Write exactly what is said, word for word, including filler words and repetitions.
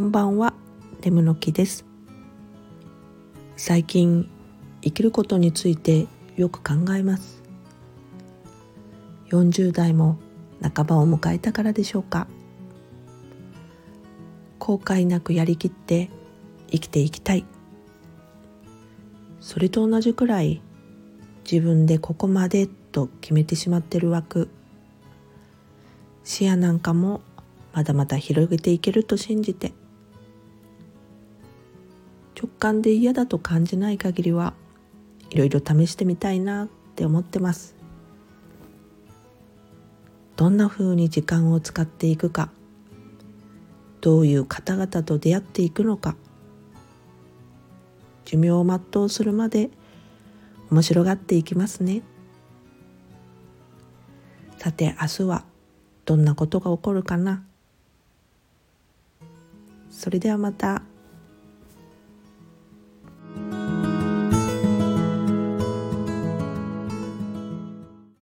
んばんは、レムの木です。最近生きることについてよく考えます。よんじゅう代も半ばを迎えたからでしょうか。後悔なくやりきって生きていきたい。それと同じくらい自分でここまでと決めてしまってる枠、視野なんかもまだまだ広げていけると信じて、直感で嫌だと感じない限りはいろいろ試してみたいなって思ってます。どんな風に時間を使っていくか、どういう方々と出会っていくのか、寿命を全うするまで面白がっていきますね。さて明日はどんなことが起こるかな。それではまた。